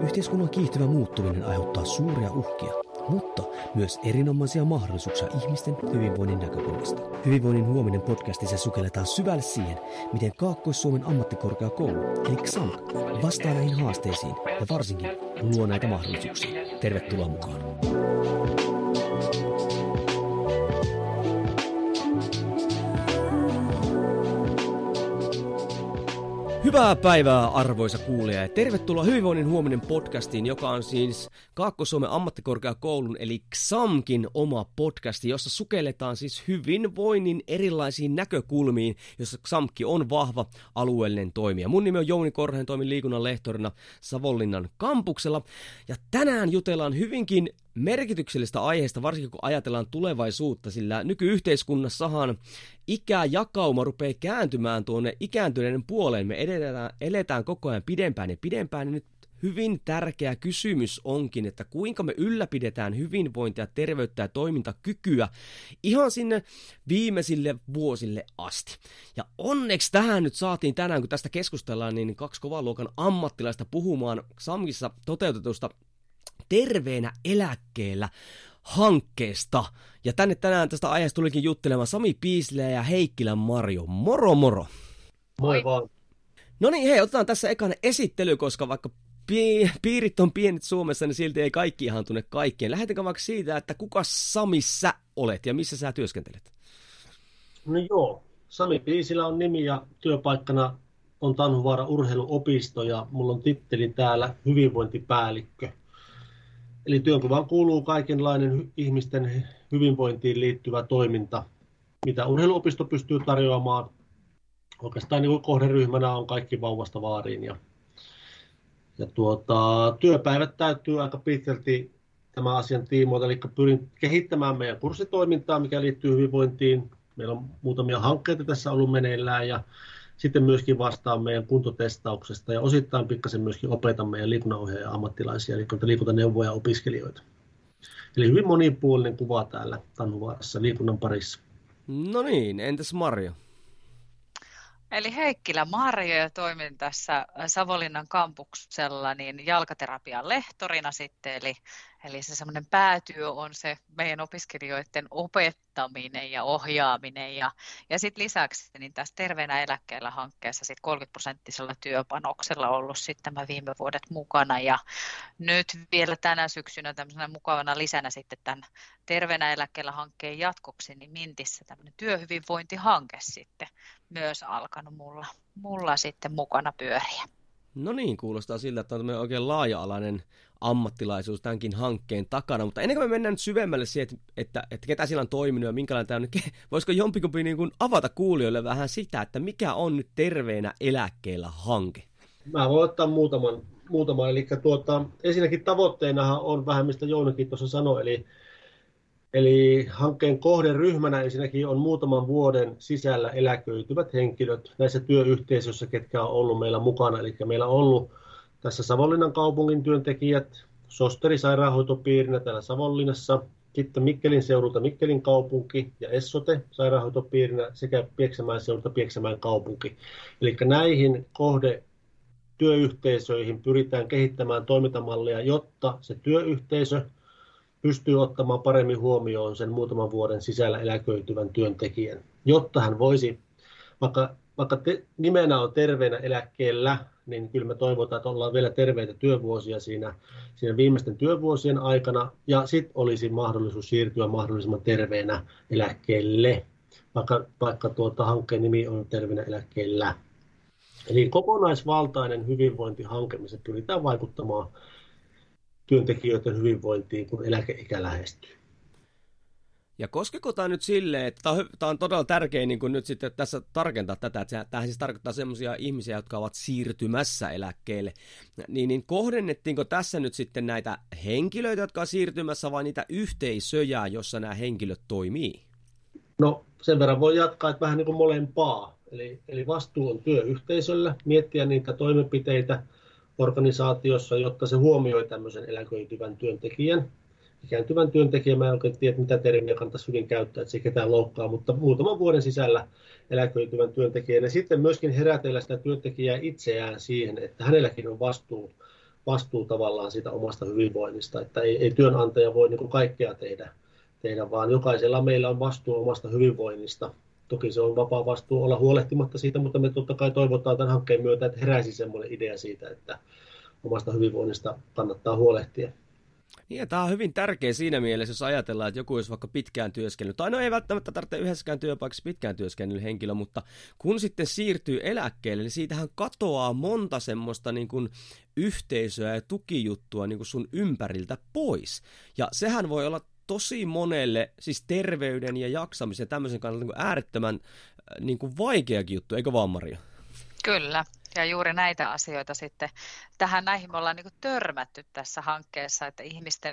Yhteiskunnan kiihtyvä muuttuminen aiheuttaa suuria uhkia, mutta myös erinomaisia mahdollisuuksia ihmisten hyvinvoinnin näkökulmasta. Hyvinvoinnin huominen podcastissa sukelletaan syvälle siihen, miten Kaakkois-Suomen ammattikorkeakoulu, eli XAMK, vastaa näihin haasteisiin ja varsinkin luo näitä mahdollisuuksia. Tervetuloa mukaan! Hyvää päivää arvoisa kuulija ja tervetuloa Hyvinvoinnin huominen podcastiin, joka on siis Kaakkois-Suomen ammattikorkeakoulun eli XAMKin oma podcasti, jossa sukelletaan siis hyvinvoinnin erilaisiin näkökulmiin, jossa XAMK on vahva alueellinen toimija. Mun nimi on Jouni Korhonen, toimin liikunnan lehtorina Savonlinnan kampuksella ja tänään jutellaan hyvinkin merkityksellistä aiheesta, varsinkin kun ajatellaan tulevaisuutta, sillä nykyyhteiskunnassahan ikäjakauma rupeaa kääntymään tuonne ikääntyneiden puoleen. Me eletään koko ajan pidempään ja pidempään, ja nyt hyvin tärkeä kysymys onkin, että kuinka me ylläpidetään hyvinvointia, terveyttä ja toimintakykyä ihan sinne viimeisille vuosille asti. Ja onneksi tähän nyt saatiin tänään, kun tästä keskustellaan, niin 2 kovan luokan ammattilaista puhumaan XAMKissa toteutetusta terveenä eläkkeellä hankkeesta. Ja tänne tänään tästä aiheesta tulikin juttelemaan Sami Piisilä ja Heikkilän Marjo. Moro moro! Moi vaan! No niin, hei, otetaan tässä ekana esittely, koska vaikka piirit on pienet Suomessa, niin silti ei kaikki ihan tunne kaikkien. Lähdetäänkö vaikka siitä, että kuka Sami sä olet ja missä sä työskentelet? No joo, Sami Piisilä on nimi ja työpaikkana on Tanhuvaara urheiluopisto ja mulla on titteli täällä hyvinvointipäällikkö. Eli työnkuvaan kuuluu kaikenlainen ihmisten hyvinvointiin liittyvä toiminta, mitä urheiluopisto pystyy tarjoamaan. Oikeastaan niin kohderyhmänä on kaikki vauvasta vaariin. Ja työpäivät täyttyy aika pitkälti tämän asian tiimoilta, eli pyrin kehittämään meidän kurssitoimintaa, mikä liittyy hyvinvointiin. Meillä on muutamia hankkeita tässä ollut meneillään ja sitten myöskin vastaan meidän kuntotestauksesta ja osittain pikkasen myöskin opetan meidän liikunnanohjaaja ammattilaisia, eli liikuntaneuvoja opiskelijoita. Eli hyvin monipuolinen kuva täällä Tanhuvaarassa liikunnan parissa. No niin, entäs Marjo? Eli Heikkilä Marjo ja toimin tässä Savonlinnan kampuksella niin jalkaterapian lehtorina sitten, eli se semmoinen päätyö on se meidän opiskelijoiden opettaminen ja ohjaaminen ja sitten lisäksi niin tässä Terveenä eläkkeellä hankkeessa sitten 30% työpanoksella ollut sitten tämä viime vuodet mukana ja nyt vielä tänä syksynä tämmöisenä mukavana lisänä sitten tämän Terveenä eläkkeellä hankkeen jatkoksi niin Mintissä tämmöinen työhyvinvointihanke sitten myös alkanut mulla sitten mukana pyöriä. No niin, kuulostaa siltä, että on oikein laaja-alainen ammattilaisuus tämänkin hankkeen takana, mutta ennen kuin me mennään nyt syvemmälle siihen, että ketä siellä on toiminut ja minkälainen tämä on, niin voisiko jompikumpi niin kuin avata kuulijoille vähän sitä, että mikä on nyt Terveenä eläkkeellä hanke? Mä voin ottaa muutaman. Eli ensinnäkin tavoitteenahan on vähän, mistä Jounikin tuossa sanoi, eli hankkeen kohderyhmänä ensinnäkin on muutaman vuoden sisällä eläköityvät henkilöt näissä työyhteisöissä, ketkä on ollut meillä mukana. Eli meillä on ollut tässä Savonlinnan kaupungin työntekijät, Sosteri sairaanhoitopiirinä täällä Savonlinnassa, sitten Mikkelin seudulta Mikkelin kaupunki ja Essote sairaanhoitopiirinä sekä Pieksämäen seudulta Pieksämäen kaupunki. Eli näihin työyhteisöihin pyritään kehittämään toimintamallia, jotta se työyhteisö pystyy ottamaan paremmin huomioon sen muutaman vuoden sisällä eläköityvän työntekijän, jotta hän voisi, vaikka nimenä on terveenä eläkkeellä, niin kyllä me toivotaan, että ollaan vielä terveitä työvuosia siinä viimeisten työvuosien aikana, ja sitten olisi mahdollisuus siirtyä mahdollisimman terveenä eläkkeelle, vaikka hankkeen nimi on terveenä eläkkeellä. Eli kokonaisvaltainen hyvinvointihanke, missä pyritään vaikuttamaan työntekijöiden hyvinvointiin, kun eläkeikä lähestyy. Ja koskeeko tämä nyt silleen, että tämä on todella tärkeää niin nyt sitten tässä tarkentaa tätä, että tämähän siis tarkoittaa sellaisia ihmisiä, jotka ovat siirtymässä eläkkeelle, niin kohdennettiinko tässä nyt sitten näitä henkilöitä, jotka ovat siirtymässä, vai niitä yhteisöjä, jossa nämä henkilöt toimii? No sen verran voi jatkaa, että vähän niin kuin molempaa. Eli vastuu on työyhteisöllä miettiä niitä toimenpiteitä organisaatiossa, jotta se huomioi tämmöisen eläköityvän työntekijän. Ikääntyvän työntekijän, mä en oikein tiedä, mitä termiä kannattaisi hyvin käyttää, että se ei ketään loukkaa, mutta muutaman vuoden sisällä eläköityvän työntekijän. Ja sitten myöskin herätellä sitä työntekijää itseään siihen, että hänelläkin on vastuu tavallaan siitä omasta hyvinvoinnista, että ei työnantaja voi niin kuin kaikkea tehdä, vaan jokaisella meillä on vastuu omasta hyvinvoinnista. Toki se on vapaa vastuu olla huolehtimatta siitä, mutta me totta kai toivotaan tämän hankkeen myötä, että heräisi semmoinen idea siitä, että omasta hyvinvoinnista kannattaa huolehtia. Niin, ja tämä on hyvin tärkeä siinä mielessä, jos ajatellaan, että joku olisi vaikka pitkään työskennellyt, tai no ei välttämättä tarvitse yhdessäkään työpaikassa pitkään työskennellyt henkilö, mutta kun sitten siirtyy eläkkeelle, niin siitähän katoaa monta semmoista niin kuin yhteisöä ja tukijuttua niin kuin sun ympäriltä pois. Ja sehän voi olla tosi monelle, siis terveyden ja jaksamisen ja tämmöisen kannalta niin kuin äärettömän niin kuin vaikeakin juttu, eikö vaan Maria? Kyllä. Ja juuri näitä asioita sitten, näihin me ollaan niin kuin törmätty tässä hankkeessa, että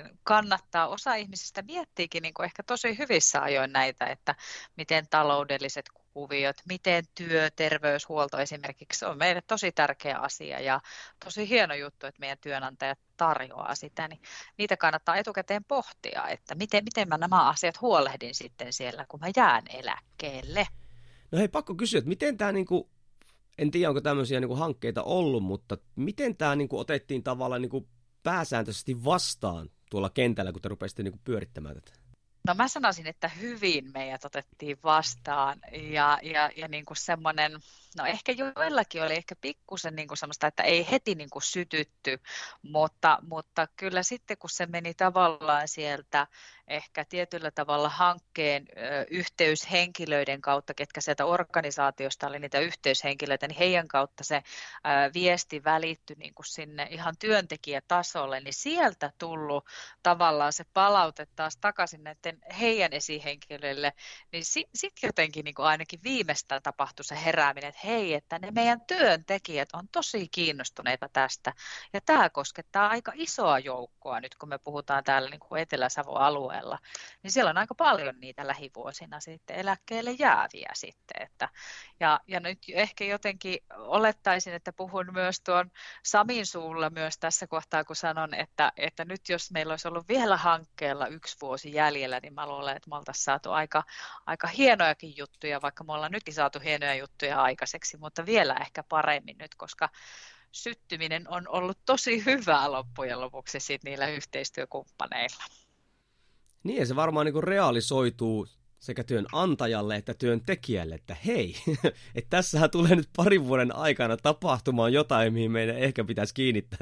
osa ihmisistä miettiikin niin kuin ehkä tosi hyvissä ajoin näitä, että miten taloudelliset kuviot, miten terveyshuolto esimerkiksi, se on meille tosi tärkeä asia ja tosi hieno juttu, että meidän työnantajat tarjoaa sitä, niin niitä kannattaa etukäteen pohtia, että miten mä nämä asiat huolehdin sitten siellä, kun mä jään eläkkeelle. No hei, pakko kysyä, että miten tämä niinku en tiedä, onko tämmöisiä niin kuin hankkeita ollut, mutta miten tämä niin kuin otettiin tavallaan niin kuin pääsääntöisesti vastaan tuolla kentällä, kun te rupesitte niin kuin pyörittämään tätä? No mä sanoisin, että hyvin meidät otettiin vastaan ja niin kuin semmoinen, no ehkä joillakin oli ehkä pikkusen niin kuin semmoista, että ei heti niin kuin sytytty, mutta kyllä sitten kun se meni tavallaan sieltä ehkä tietyllä tavalla hankkeen yhteyshenkilöiden kautta, ketkä sieltä organisaatiosta oli niitä yhteyshenkilöitä, niin heidän kautta se viesti välittyi niin kuin sinne ihan työntekijätasolle, niin sieltä tullut tavallaan se palaute taas takaisin näiden heidän esihenkilöille, niin sitten jotenkin niin kuin ainakin viimeistään tapahtui se herääminen, että hei, että ne meidän työntekijät on tosi kiinnostuneita tästä, ja tämä koskettaa aika isoa joukkoa nyt, kun me puhutaan täällä niin kuin Etelä-Savon alueella, niin siellä on aika paljon niitä lähivuosina sitten eläkkeelle jääviä sitten, ja nyt ehkä jotenkin olettaisin, että puhun myös tuon Samin suulla myös tässä kohtaa, kun sanon, että nyt jos meillä olisi ollut vielä hankkeella 1 vuosi jäljellä, niin mä luulen, että me oltaisiin saatu aika hienojakin juttuja, vaikka me ollaan nytkin saatu hienoja juttuja aikaiseksi, mutta vielä ehkä paremmin nyt, koska syttyminen on ollut tosi hyvää loppujen lopuksi sitten niillä yhteistyökumppaneilla. Niin, ja se varmaan niin kuin realisoituu sekä työnantajalle että työntekijälle, että hei, että tässähän tulee nyt 2 vuoden aikana tapahtumaan jotain, mihin meidän ehkä pitäisi kiinnittää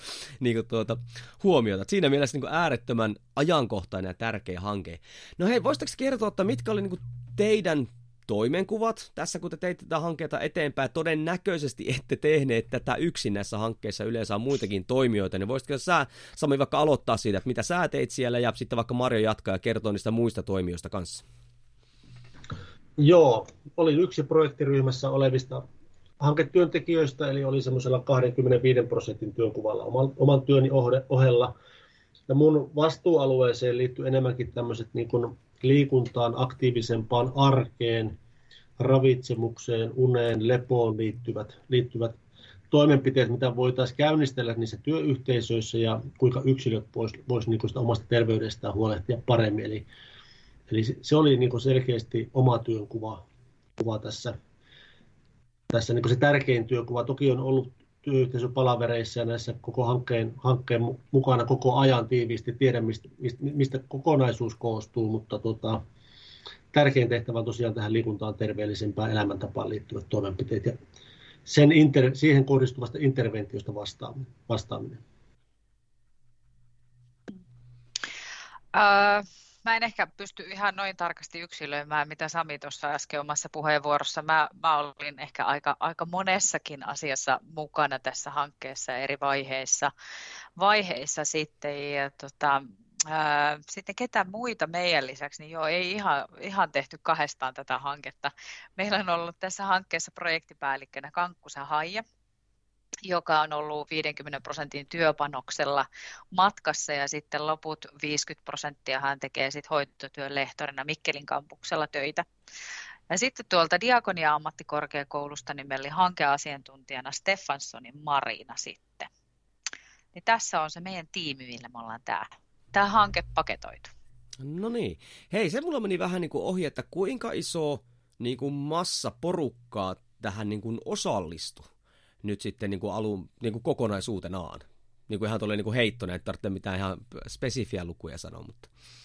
huomiota. Siinä mielessä niin kuin äärettömän ajankohtainen ja tärkeä hanke. No hei, voisitteko kertoa, että mitkä oli niin kuin teidän toimenkuvat tässä, kun te teitte tätä hankkeita eteenpäin? Todennäköisesti ette tehneet tätä yksin näissä hankkeissa, yleensä on muitakin toimijoita, niin voisitko sä, Sami, vaikka aloittaa siitä, että mitä sä teit siellä, ja sitten vaikka Marjo jatkaa ja kertoo niistä muista toimijoista kanssa? Joo, olin yksi projektiryhmässä olevista hanketyöntekijöistä, eli oli semmoisella 25% työnkuvalla oman työni ohella. Ja mun vastuualueeseen liittyy enemmänkin tämmöiset niin kuin liikuntaan, aktiivisempaan arkeen, ravitsemukseen, uneen, lepoon liittyvät toimenpiteet, mitä voitaisiin käynnistellä niissä työyhteisöissä ja kuinka yksilöt voisivat niin sitä omasta terveydestään huolehtia paremmin. Eli se oli niin kuin selkeästi oma työnkuva tässä niin kuin se tärkein työkuva. Toki on ollut työyhteisöpalavereissa ja näissä koko hankkeen mukana koko ajan tiiviisti, tiedän mistä kokonaisuus koostuu, mutta tärkein tehtävä on tosiaan tähän liikuntaan, terveellisempään elämäntapaan liittyvät toimenpiteet ja siihen kohdistuvasta interventiosta vastaaminen. Mä en ehkä pysty ihan noin tarkasti yksilöimään, mitä Sami tuossa äsken omassa puheenvuorossa. Mä olin ehkä aika monessakin asiassa mukana tässä hankkeessa eri vaiheissa sitten. Ja sitten ketä muita meidän lisäksi, niin joo, ei ihan tehty kahdestaan tätä hanketta. Meillä on ollut tässä hankkeessa projektipäällikkönä Kankkusen Haija, joka on ollut 50% työpanoksella matkassa ja sitten loput 50% hän tekee sitten hoitotyön lehtorina Mikkelin kampuksella töitä. Ja sitten tuolta Diakonia-ammattikorkeakoulusta niin meillä oli hankeasiantuntijana Stefanssonin Marina sitten. Niin tässä on se meidän tiimi, millä me ollaan tämä hanke paketoitu. No niin. Hei, se mulla meni vähän niin kuin ohi, että kuinka iso niin kuin massa porukkaa tähän niin kuin osallistui nyt sitten niin kuin kokonaisuutenaan. Niin kuin ihan tolleen niin kuin heittona, ei tarvitse mitään ihan spesifiä lukuja sanoa, mutta...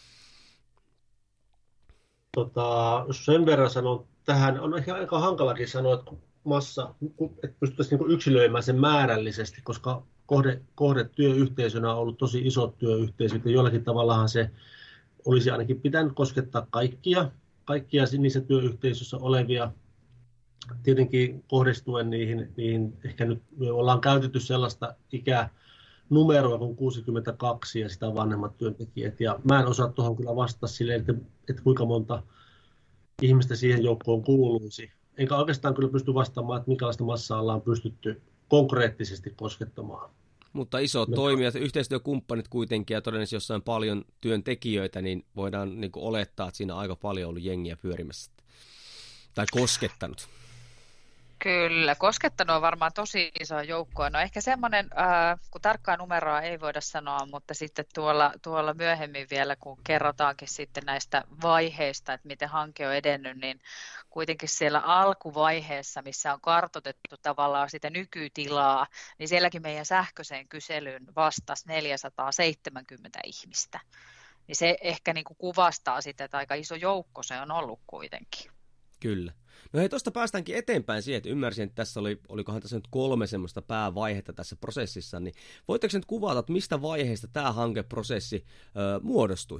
Jos sen verran sanon tähän, on ehkä aika hankalakin sanoa, että että pystyttäisiin niin yksilöimään sen määrällisesti, koska kohdetyöyhteisönä on ollut tosi iso työyhteisö, ja jollakin tavallahan se olisi ainakin pitänyt koskettaa kaikkia niissä työyhteisöissä olevia. Tietenkin kohdistuen niihin ehkä nyt me ollaan käytetty sellaista ikänumeroa kuin 62 ja sitä vanhemmat työntekijät. Ja mä en osaa tuohon kyllä vastata silleen, että kuinka monta ihmistä siihen joukkoon kuuluisi. Enkä oikeastaan kyllä pysty vastaamaan, että minkälaista massaa ollaan pystytty konkreettisesti koskettamaan. Mutta isot toimijat, yhteistyökumppanit kuitenkin ja todennäköisesti jossain paljon työntekijöitä, niin voidaan niin kuin olettaa, että siinä on aika paljon ollut jengiä pyörimässä tai koskettanut. Kyllä, koskettanut on varmaan tosi iso joukkoa. No ehkä semmoinen, kun tarkkaa numeroa ei voida sanoa, mutta sitten tuolla myöhemmin vielä, kun kerrotaankin sitten näistä vaiheista, että miten hanke on edennyt, niin kuitenkin siellä alkuvaiheessa, missä on kartoitettu tavallaan sitä nykytilaa, niin sielläkin meidän sähköiseen kyselyyn vastasi 470 ihmistä. Niin se ehkä niin kuin kuvastaa sitä, että aika iso joukko se on ollut kuitenkin. Kyllä. No hei, tuosta päästäänkin eteenpäin siihen, että ymmärsin, että tässä olikohan tässä nyt 3 semmoista päävaihetta tässä prosessissa, niin voitteko nyt kuvata, että mistä vaiheesta tämä hankeprosessi muodostui?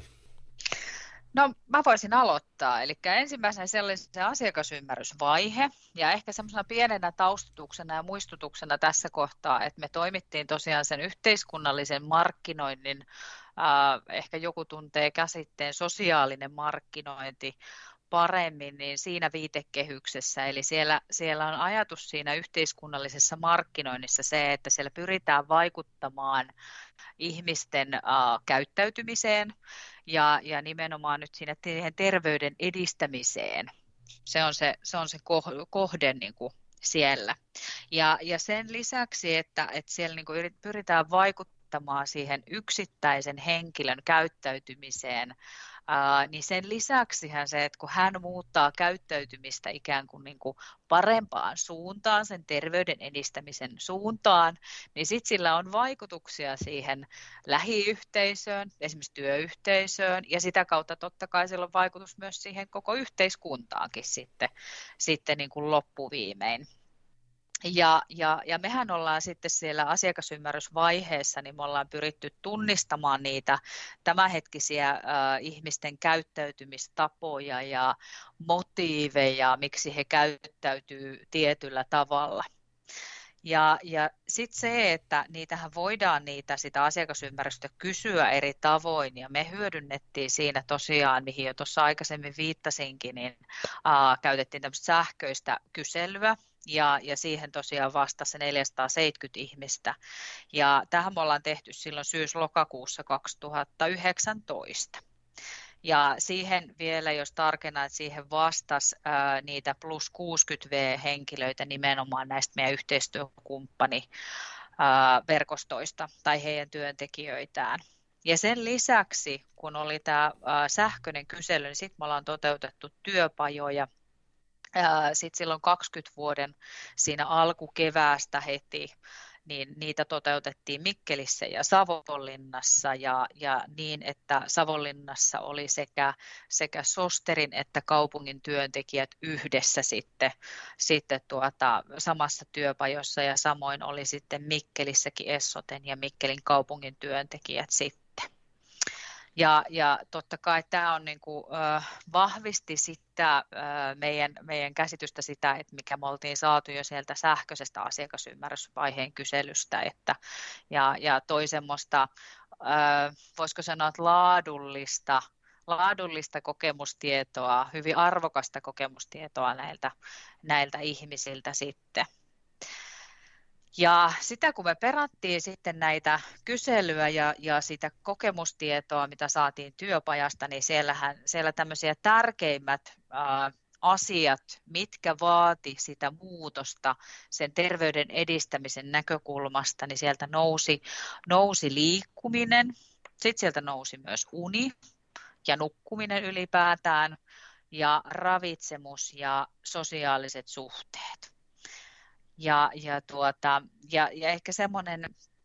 No mä voisin aloittaa, eli ensimmäisenä sellaisen asiakasymmärrysvaihe, ja ehkä semmoisena pienenä taustutuksena ja muistutuksena tässä kohtaa, että me toimittiin tosiaan sen yhteiskunnallisen markkinoinnin, ehkä joku tuntee käsitteen sosiaalinen markkinointi, paremmin, niin siinä viitekehyksessä, eli siellä on ajatus siinä yhteiskunnallisessa markkinoinnissa se, että siellä pyritään vaikuttamaan ihmisten käyttäytymiseen ja nimenomaan nyt siinä terveyden edistämiseen. Se on se kohde niin kuin siellä. Ja sen lisäksi, että siellä niin kuin pyritään vaikuttamaan siihen yksittäisen henkilön käyttäytymiseen, niin sen lisäksihän se, että kun hän muuttaa käyttäytymistä ikään kuin, parempaan suuntaan, sen terveyden edistämisen suuntaan, niin sitten sillä on vaikutuksia siihen lähiyhteisöön, esimerkiksi työyhteisöön, ja sitä kautta totta kai sillä on vaikutus myös siihen koko yhteiskuntaankin sitten niin kuin loppuviimein. Ja mehän ollaan sitten siellä asiakasymmärrysvaiheessa, niin me ollaan pyritty tunnistamaan niitä tämänhetkisiä ihmisten käyttäytymistapoja ja motiiveja, miksi he käyttäytyy tietyllä tavalla. Ja sitten se, että niitähän voidaan sitä asiakasymmärrystä kysyä eri tavoin, ja me hyödynnettiin siinä tosiaan, mihin jo tuossa aikaisemmin viittasinkin, niin käytettiin tämmöistä sähköistä kyselyä, ja siihen tosiaan vastasi 470 ihmistä. Ja tähän me ollaan tehty silloin syys-lokakuussa 2019. Ja siihen vielä, jos tarkennan, että siihen vastasi niitä plus 60V-henkilöitä nimenomaan näistä meidän yhteistyökumppaniverkostoista tai heidän työntekijöitään. Ja sen lisäksi, kun oli tämä sähköinen kysely, niin sitten me ollaan toteutettu työpajoja. Sitten silloin 20 vuoden siinä alkukeväästä heti, niin niitä toteutettiin Mikkelissä ja Savonlinnassa ja niin, että Savonlinnassa oli sekä Sosterin että kaupungin työntekijät yhdessä sitten samassa työpajossa, ja samoin oli sitten Mikkelissäkin Essoten ja Mikkelin kaupungin työntekijät sitten. Ja totta kai tämä on vahvisti sitä meidän käsitystä sitä, että mikä me oltiin saatu jo sieltä sähköisestä asiakasymmärrysvaiheen kyselystä, ja toi semmoista, voisiko sanoa, että laadullista kokemustietoa, hyvin arvokasta kokemustietoa näiltä ihmisiltä sitten. Ja sitä kun me perattiin sitten näitä kyselyä ja sitä kokemustietoa, mitä saatiin työpajasta, niin siellä tämmöisiä tärkeimmät asiat, mitkä vaati sitä muutosta sen terveyden edistämisen näkökulmasta, niin sieltä nousi liikkuminen, sitten sieltä nousi myös uni ja nukkuminen ylipäätään, ja ravitsemus ja sosiaaliset suhteet. Ja ehkä semmoinen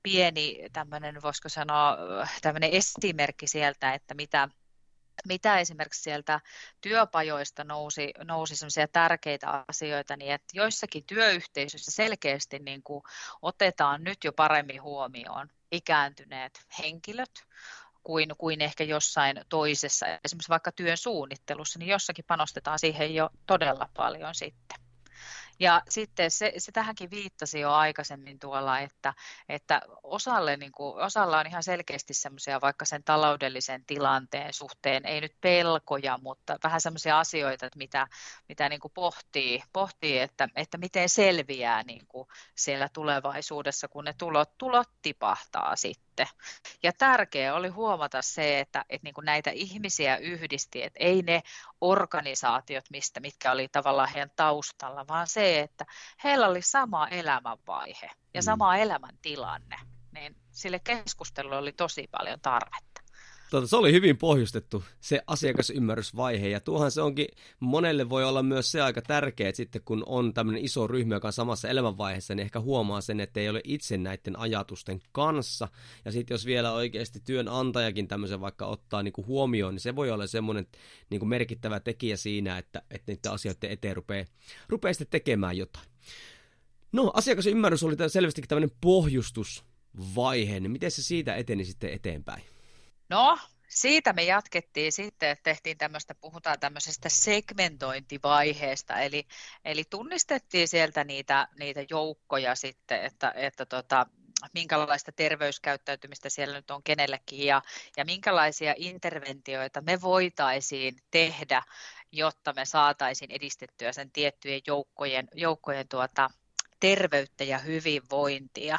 pieni tämmöinen, voisiko sanoa, tämmöinen esimerkki sieltä, että mitä esimerkiksi sieltä työpajoista nousi sellaisia tärkeitä asioita, niin että joissakin työyhteisöissä selkeästi niin kuin otetaan nyt jo paremmin huomioon ikääntyneet henkilöt kuin ehkä jossain toisessa, esimerkiksi vaikka työn suunnittelussa, niin jossakin panostetaan siihen jo todella paljon sitten. Ja sitten se tähänkin viittasi jo aikaisemmin tuolla, että osalla on ihan selkeästi semmoisia vaikka sen taloudellisen tilanteen suhteen, ei nyt pelkoja, mutta vähän semmoisia asioita, että mitä niin kuin pohtii että miten selviää niin kuin siellä tulevaisuudessa, kun ne tulot tipahtaa sitten. Ja tärkeää oli huomata se, että niin kuin näitä ihmisiä yhdisti, että ei ne organisaatiot, mitkä oli tavallaan heidän taustalla, vaan se, että heillä oli sama elämänvaihe ja sama elämäntilanne, niin sille keskustelulle oli tosi paljon tarvetta. Se oli hyvin pohjustettu, se asiakasymmärrysvaihe, ja tuohan se onkin, monelle voi olla myös se aika tärkeää, että sitten kun on tämmöinen iso ryhmä, joka on samassa elämänvaiheessa, niin ehkä huomaa sen, että ei ole itse näiden ajatusten kanssa, ja sitten jos vielä oikeasti työnantajakin tämmöisen vaikka ottaa niin kuin huomioon, niin se voi olla semmoinen niin kuin merkittävä tekijä siinä, että niiden asioiden eteen rupeaa sitten tekemään jotain. No, asiakasymmärrys oli selvästikin tämmöinen pohjustusvaihe, niin miten se siitä eteni sitten eteenpäin? No, siitä me jatkettiin sitten, että puhutaan tämmöisestä segmentointivaiheesta, eli tunnistettiin sieltä niitä joukkoja sitten, että minkälaista terveyskäyttäytymistä siellä nyt on kenellekin ja minkälaisia interventioita me voitaisiin tehdä, jotta me saataisiin edistettyä sen tiettyjen joukkojen terveyttä ja hyvinvointia.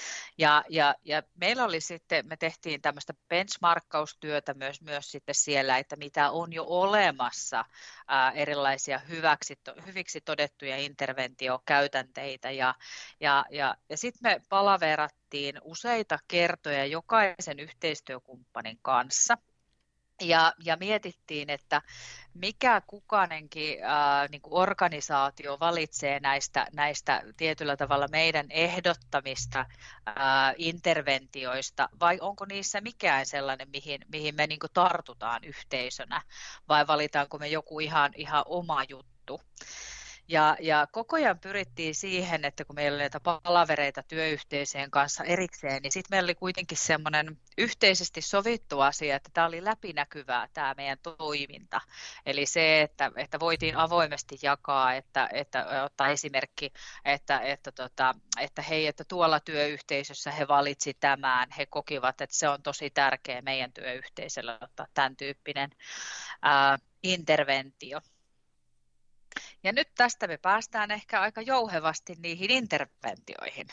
Ja meillä oli sitten, me tehtiin tämmöistä benchmarkkaustyötä myös sitten siellä, että mitä on jo olemassa erilaisia hyviksi todettuja interventiokäytänteitä ja sitten me palaverattiin useita kertoja jokaisen yhteistyökumppanin kanssa. Ja mietittiin, että mikä kukainenkin niin kuin organisaatio valitsee näistä tietyllä tavalla meidän ehdottamista interventioista, vai onko niissä mikään sellainen, mihin me niin kuin tartutaan yhteisönä, vai valitaanko me joku ihan oma juttu. Ja koko ajan pyrittiin siihen, että kun meillä oli näitä palavereita työyhteisöjen kanssa erikseen, niin sitten meillä oli kuitenkin semmoinen yhteisesti sovittu asia, että tämä oli läpinäkyvää tämä meidän toiminta. Eli se, että voitiin avoimesti jakaa, että ottaa esimerkki, että hei, että tuolla työyhteisössä he valitsi tämän, he kokivat, että se on tosi tärkeä meidän työyhteisöllä ottaa tämän tyyppinen interventio. Ja nyt tästä me päästään ehkä aika jouhevasti niihin interventioihin.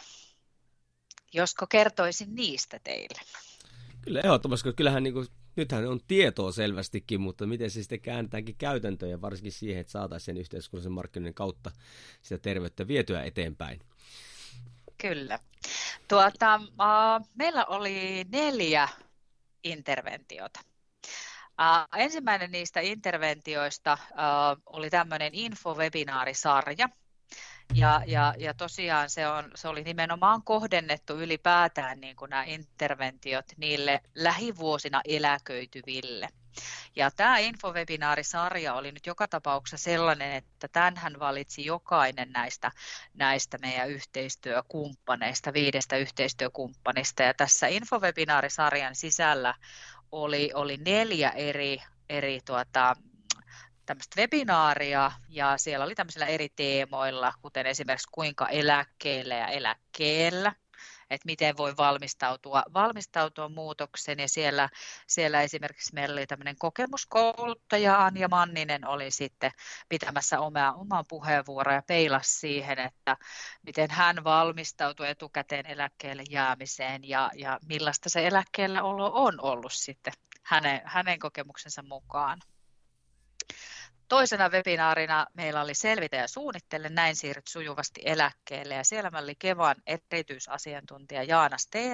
Josko kertoisin niistä teille? Kyllä ehdottomasti, koska kyllähän nythän on tietoa selvästikin, mutta miten se sitten käännetäänkin käytäntöön ja varsinkin siihen, että saataisiin sen yhteiskunnallisen markkinoinnin kautta sitä terveyttä vietyä eteenpäin. Kyllä. Meillä oli 4 interventiota. Ensimmäinen niistä interventioista oli tämmöinen infovebinaarisarja. Ja tosiaan se oli nimenomaan kohdennettu ylipäätään niin kuin nämä interventiot niille lähivuosina eläköityville. Ja tämä infovebinaarisarja oli nyt joka tapauksessa sellainen, että tämänhän valitsi jokainen näistä meidän yhteistyökumppaneista, 5 yhteistyökumppanista. Ja tässä infovebinaarisarjan sisällä oli 4 eri tämmöistä webinaaria ja siellä oli tämmöisillä eri teemoilla, kuten esimerkiksi kuinka eläkkeellä ja eläkkeellä, että miten voi valmistautua muutokseen ja siellä esimerkiksi meillä oli tämmöinen kokemuskouluttaja Anja Manninen oli sitten pitämässä omaa puheenvuoroa ja peilasi siihen, että miten hän valmistautui etukäteen eläkkeelle jäämiseen ja millaista se eläkkeellä olo on ollut sitten hänen kokemuksensa mukaan. Toisena webinaarina meillä oli Selvitä ja suunnittele, näin siirryt sujuvasti eläkkeelle ja siellä meillä oli Kevan erityisasiantuntija Jaana Steenman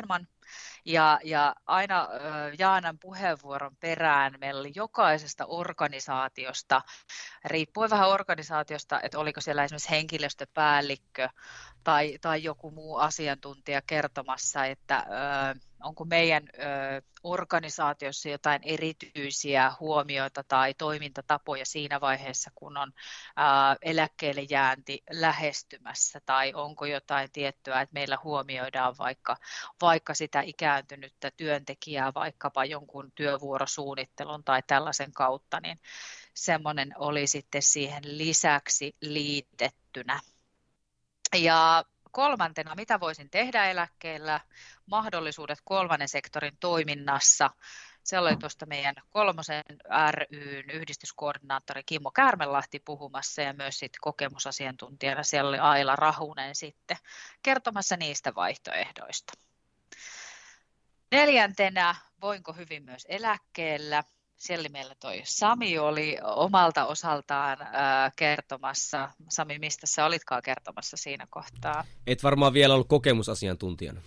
Ja aina Jaanan puheenvuoron perään meillä oli jokaisesta organisaatiosta, riippuen vähän organisaatiosta, että oliko siellä esimerkiksi henkilöstöpäällikkö tai joku muu asiantuntija kertomassa, että onko meidän organisaatiossa jotain erityisiä huomioita tai toimintatapoja siinä vaiheessa, kun on eläkkeelle jäänti lähestymässä, tai onko jotain tiettyä, että meillä huomioidaan vaikka sitä ikääntynyttä työntekijää vaikkapa jonkun työvuorosuunnittelun tai tällaisen kautta, niin semmoinen oli sitten siihen lisäksi liitettynä. Ja kolmantena, mitä voisin tehdä eläkkeellä, mahdollisuudet kolmannen sektorin toiminnassa. Se oli tuosta meidän Kolmosen ry:n yhdistyskoordinaattori Kimmo Käärmenlahti puhumassa ja myös sitten kokemusasiantuntijana siellä oli Aila Rahunen sitten kertomassa niistä vaihtoehdoista. Neljäntenä, voinko hyvin myös eläkkeellä. Siellä meillä toi Sami oli omalta osaltaan kertomassa. Sami, mistä sä olitkaan kertomassa siinä kohtaa? Et varmaan vielä ollut kokemusasiantuntijana.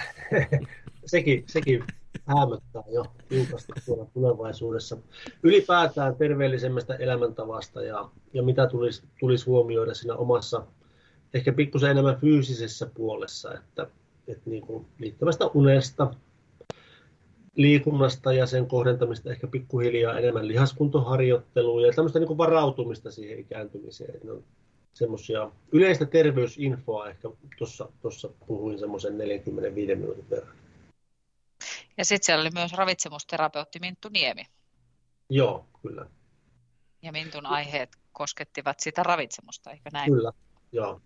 sekin häämöttää jo tiukasti tuolla tulevaisuudessa. Ylipäätään terveellisemmästä elämäntavasta ja mitä tulisi huomioida siinä omassa, ehkä pikkusen enemmän fyysisessä puolessa, että niin kuin liittyvästä unesta, liikunnasta ja sen kohdentamista ehkä pikkuhiljaa enemmän lihaskuntoharjoittelua ja tämmöistä niin kuin varautumista siihen ikääntymiseen. Ne on semmoisia yleistä terveysinfoa, ehkä tuossa puhuin semmoisen 45 minuutin verran. Ja sitten siellä oli myös ravitsemusterapeutti Minttu Niemi. Joo, kyllä. Ja Mintun aiheet koskettivat sitä ravitsemusta, eikö näin? Kyllä, joo.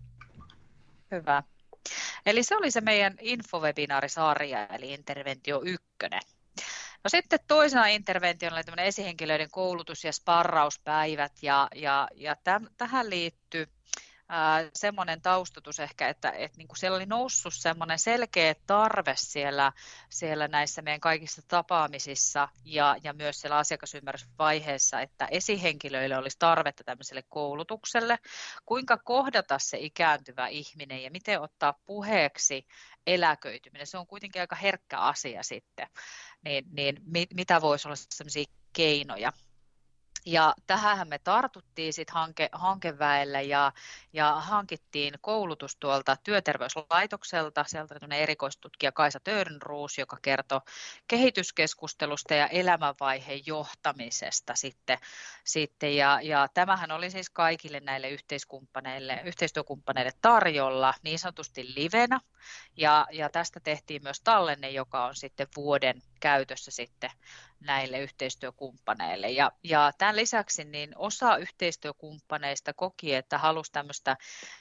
Hyvä. Eli se oli se meidän infovebinaarisarja, eli Interventio 1. No sitten toisena interventiona oli tämmöinen esihenkilöiden koulutus- ja sparrauspäivät, ja tähän liittyy semmoinen taustatus ehkä, että niin kuin siellä oli noussut semmoinen selkeä tarve siellä näissä meidän kaikissa tapaamisissa ja myös siellä asiakasymmärrysvaiheessa, että esihenkilöille olisi tarvetta tämmöiselle koulutukselle, kuinka kohdata se ikääntyvä ihminen ja miten ottaa puheeksi eläköityminen. Se on kuitenkin aika herkkä asia sitten, niin mitä voisi olla semmoisia keinoja. Ja tähän me tartuttiin sitten hankeväelle ja hankittiin koulutus tuolta työterveyslaitokselta. Sieltä on erikoistutkija Kaisa Törnroos, joka kertoi kehityskeskustelusta ja elämänvaiheen johtamisesta sitten. Ja tämähän oli siis kaikille näille yhteistyökumppaneille tarjolla niin sanotusti livenä. Ja tästä tehtiin myös tallenne, joka on sitten vuoden käytössä sitten näille yhteistyökumppaneille. Ja tämän lisäksi niin osa yhteistyökumppaneista koki, että halusi tämmöistä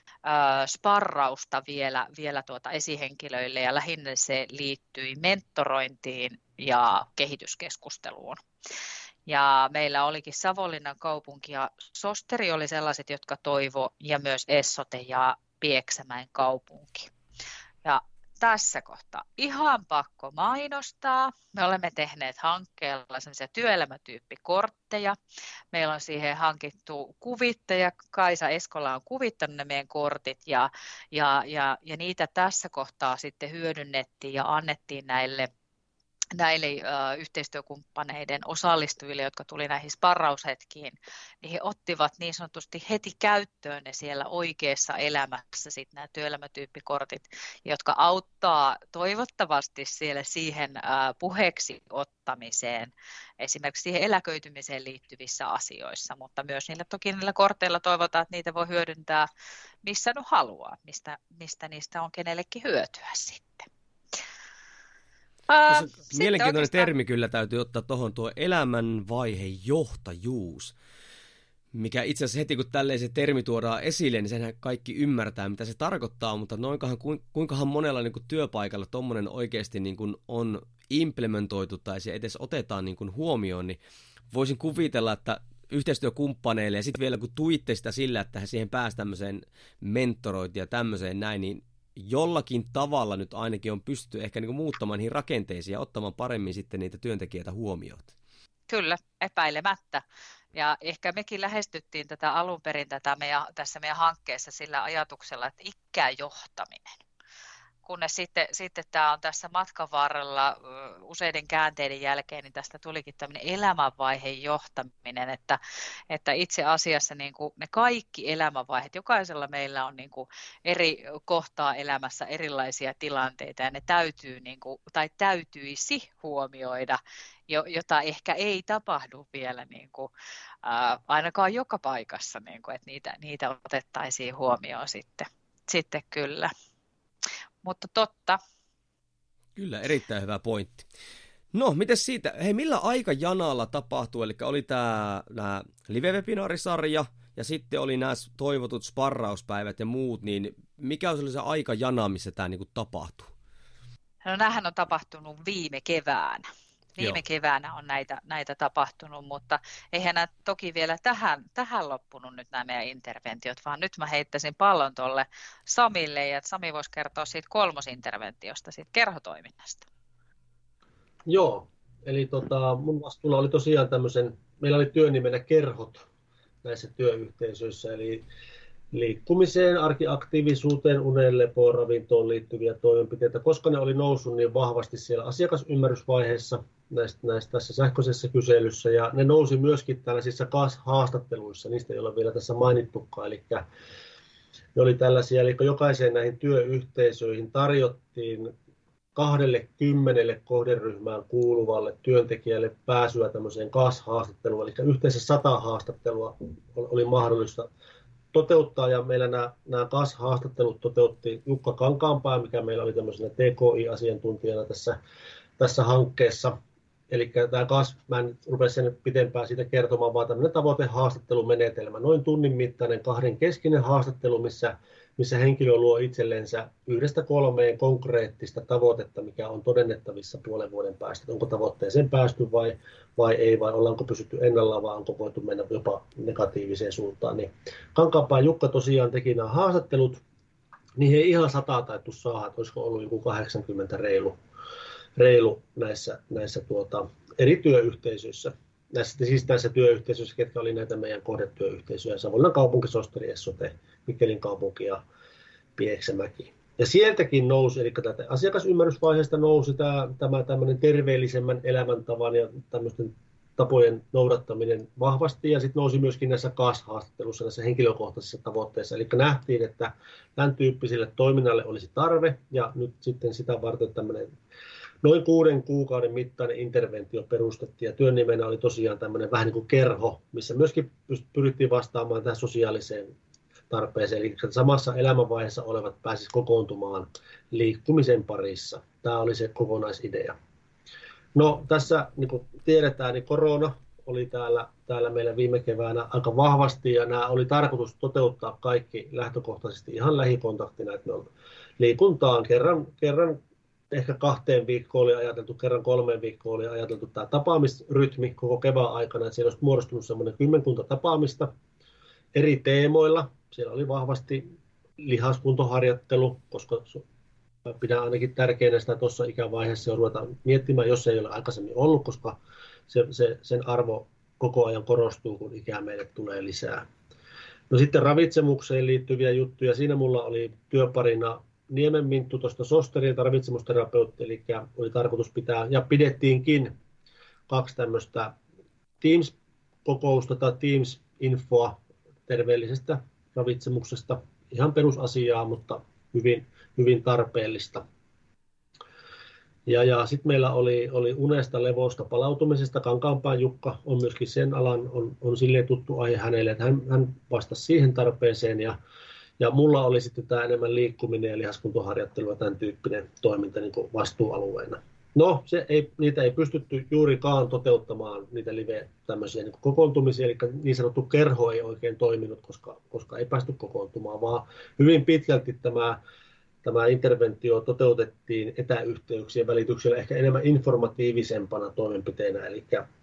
sparrausta vielä esihenkilöille, ja lähinnä se liittyi mentorointiin ja kehityskeskusteluun. Ja meillä olikin Savonlinnan kaupunki ja Sosteri oli sellaiset, jotka toivo, ja myös Essote ja Pieksämäen kaupunki. Ja tässä kohtaa ihan pakko mainostaa. Me olemme tehneet hankkeella sellaisia työelämätyyppikortteja. Meillä on siihen hankittu kuvittaja. Kaisa Eskola on kuvittanut ne meidän kortit ja niitä tässä kohtaa sitten hyödynnettiin ja annettiin näille yhteistyökumppaneiden osallistujille, jotka tuli näihin sparraushetkiin, niin he ottivat niin sanotusti heti käyttöön ne siellä oikeassa elämässä sitten nämä työelämätyyppikortit, jotka auttaa toivottavasti siellä siihen puheeksi ottamiseen, esimerkiksi siihen eläköitymiseen liittyvissä asioissa, mutta myös niillä korteilla toivotaan, että niitä voi hyödyntää missä no haluaa, mistä niistä on kenellekin hyötyä sitten. Mielenkiintoinen termi kyllä täytyy ottaa tuohon, tuo elämänvaihejohtajuus, mikä itse asiassa heti kun tällainen termi tuodaan esille, niin senhän kaikki ymmärtää, mitä se tarkoittaa, mutta kuinkahan monella niin kuin työpaikalla tuommoinen oikeasti niin kuin on implementoitu tai se edes otetaan niin kuin huomioon, niin voisin kuvitella, että yhteistyökumppaneille ja sitten vielä kun tuitte sitä sillä, että he siihen pääsevät tämmöiseen mentorointiin ja tämmöiseen näin, niin jollakin tavalla nyt ainakin on pystytty ehkä niin kuin muuttamaan niihin rakenteisiin ja ottamaan paremmin sitten niitä työntekijöitä huomioon. Kyllä, epäilemättä. Ja ehkä mekin lähestyttiin tätä alun perin tässä meidän hankkeessa sillä ajatuksella, että ikäjohtaminen. kunnes sitten tämä on tässä matkan varrella useiden käänteiden jälkeen, niin tästä tulikin tämmöinen elämänvaiheen johtaminen, että itse asiassa niin kuin ne kaikki elämänvaiheet, jokaisella meillä on niin kuin eri kohtaa elämässä erilaisia tilanteita ja ne täytyy niin kuin, tai täytyisi huomioida, jota ehkä ei tapahdu vielä niin kuin, ainakaan joka paikassa, niin kuin, että niitä otettaisiin huomioon sitten kyllä. Mutta totta. Kyllä, erittäin hyvä pointti. No, miten siitä? Hei, millä aikajanalla tapahtui? Eli oli tämä live-webinaarisarja ja sitten oli nämä toivotut sparrauspäivät ja muut, niin mikä oli se aikajana, missä tämä niin kuin tapahtui? No, nämähän on tapahtunut viime keväänä. Viime keväänä on näitä tapahtunut, mutta eihän nämä toki vielä tähän loppunut nyt nämä meidän interventiot, vaan nyt mä heittäisin pallon tuolle Samille, ja Sami voisi kertoa siitä kolmosinterventiosta, siitä kerhotoiminnasta. Joo, eli mun vastuulla oli tosiaan meillä oli työnimenä kerhot näissä työyhteisöissä, eli liikkumiseen, arkiaktiivisuuteen, uneen, lepoon, ravintoon liittyviä toimenpiteitä, koska ne oli noussut niin vahvasti siellä asiakasymmärrysvaiheessa näistä tässä sähköisessä kyselyssä, ja ne nousi myöskin tällaisissa haastatteluissa, niistä ei ole vielä tässä mainittukaan, eli ne oli tällaisia, eli jokaiseen näihin työyhteisöihin tarjottiin 20 kohderyhmään kuuluvalle työntekijälle pääsyä tämmöiseen haastatteluun, eli yhteensä 100 haastattelua oli mahdollista toteuttaa, ja meillä nämä haastattelut toteutti Jukka Kankaanpää, mikä meillä oli tämmöisenä TKI-asiantuntijana tässä hankkeessa. Eli tämä mä en rupea sen pitempään siitä kertomaan, vaan tämmöinen tavoitehaastattelumenetelmä, noin tunnin mittainen kahdenkeskinen haastattelu, missä henkilö luo itsellensä 1-3 konkreettista tavoitetta, mikä on todennettavissa puolen vuoden päästä. Onko tavoitteeseen päästy vai ei, vai ollaanko pysytty ennallaan, vai onko voitu mennä jopa negatiiviseen suuntaan. Niin Kankaanpää Jukka tosiaan teki nämä haastattelut, niin ei ihan 100 taittu saada, että olisiko ollut joku 80 reilu näissä eri työyhteisöissä. Näissä työyhteisöissä, ketkä oli näitä meidän kohdetyöyhteisöjä, Savonlinnan kaupunki, Sosteri, Sote, Mikkelin kaupunki ja Pieksämäki. Ja sieltäkin nousi, eli tätä asiakasymmärrysvaiheesta nousi tämä tämmöinen terveellisemmän elämäntavan ja tämmöisten tapojen noudattaminen vahvasti, ja sitten nousi myöskin näissä haastattelussa, näissä henkilökohtaisissa tavoitteissa. Eli nähtiin, että tämän tyyppiselle toiminnalle olisi tarve, ja nyt sitten sitä varten tämmöinen noin 6 kuukauden mittainen interventio perustettiin, ja työn nimenä oli tosiaan tämmöinen vähän niin kuin kerho, missä myöskin pyrittiin vastaamaan tähän sosiaaliseen tarpeeseen, eli samassa elämänvaiheessa olevat pääsisivät kokoontumaan liikkumisen parissa. Tämä oli se kokonaisidea. No tässä, niin kuin tiedetään, niin korona oli täällä meillä viime keväänä aika vahvasti, ja nämä oli tarkoitus toteuttaa kaikki lähtökohtaisesti ihan lähikontaktina, että liikuntaan kerran ehkä 2 viikkoon oli ajateltu, kerran 3 viikkoon oli ajateltu tämä tapaamisrytmi koko kevään aikana, että siellä olisi muodostunut semmoinen 10 tapaamista eri teemoilla. Siellä oli vahvasti lihaskuntoharjoittelu, koska pidän ainakin tärkeänä sitä tuossa ikävaiheessa jo ruveta miettimään, jos ei ole aikaisemmin ollut, koska sen arvo koko ajan korostuu, kun ikää meille tulee lisää. No sitten ravitsemukseen liittyviä juttuja. Siinä mulla oli työparina Niemen Minttu tuosta Sosterilta, ravitsemusterapeutti, eli oli tarkoitus pitää, ja pidettiinkin 2 tämmöistä Teams-kokousta tai Teams-infoa terveellisestä ravitsemuksesta. Ihan perusasiaa, mutta hyvin tarpeellista. Ja sitten meillä oli unesta, levosta, palautumisesta. Kankaanpään Jukka on myöskin sen alan, on silleen tuttu aihe hänelle, että hän vastasi siihen tarpeeseen. Ja mulla oli sitten tämä enemmän liikkuminen ja lihaskuntoharjoittelu ja tämän tyyppinen toiminta niin kuin vastuualueena. No, niitä ei pystytty juurikaan toteuttamaan, niitä tämmöisiä niin kuin kokoontumisia, eli niin sanottu kerho ei oikein toiminut, koska ei päästy kokoontumaan, vaan hyvin pitkälti tämä interventio toteutettiin etäyhteyksien välityksellä ehkä enemmän informatiivisempana toimenpiteenä, eli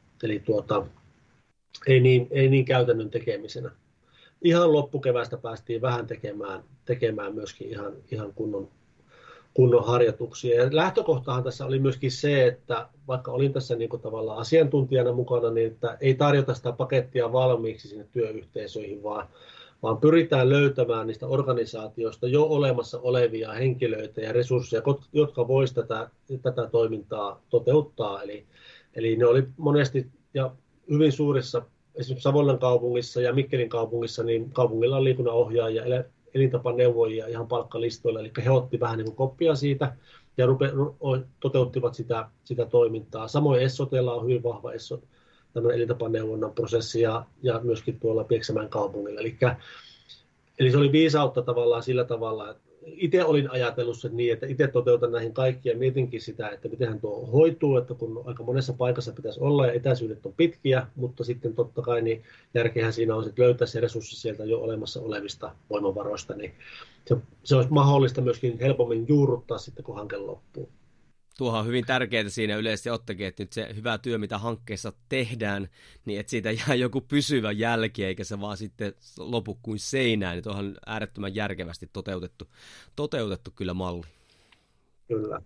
ei niin käytännön tekemisenä. Ihan loppukeväästä päästiin vähän tekemään myöskin ihan kunnon harjoituksia. Ja lähtökohtahan tässä oli myöskin se, että vaikka olin tässä niin kuin tavallaan asiantuntijana mukana, niin että ei tarjota sitä pakettia valmiiksi sinne työyhteisöihin, vaan pyritään löytämään niistä organisaatioista jo olemassa olevia henkilöitä ja resursseja, jotka voisivat tätä toimintaa toteuttaa. Eli ne oli monesti ja hyvin suurissa, esimerkiksi Savonlinnan kaupungissa ja Mikkelin kaupungissa, niin kaupungilla on liikunnanohjaajia ja elintapaneuvojia ihan palkkalistoilla, eli he otti vähän niin kuin koppia siitä ja toteuttivat sitä toimintaa. Samoin Essotella on hyvin vahva elintapaneuvonnan prosessi ja myöskin tuolla Pieksämäen kaupungilla. Eli se oli viisautta tavallaan sillä tavalla, että itse olin ajatellut sen niin, että itse toteutan näihin kaikkia ja mietinkin sitä, että miten tuo hoituu, että kun aika monessa paikassa pitäisi olla ja etäisyydet on pitkiä, mutta sitten totta kai niin järkehän siinä on sitten löytää se resurssi sieltä jo olemassa olevista voimavaroista, niin se olisi mahdollista myöskin helpommin juurruttaa sitten, kun hanke loppuu. Tuohan on hyvin tärkeää siinä yleisesti ottakin, että nyt se hyvä työ, mitä hankkeessa tehdään, niin että siitä jää joku pysyvä jälki, eikä se vaan sitten lopu kuin seinään. Niin tuohan on äärettömän järkevästi toteutettu kyllä malli. Kyllä.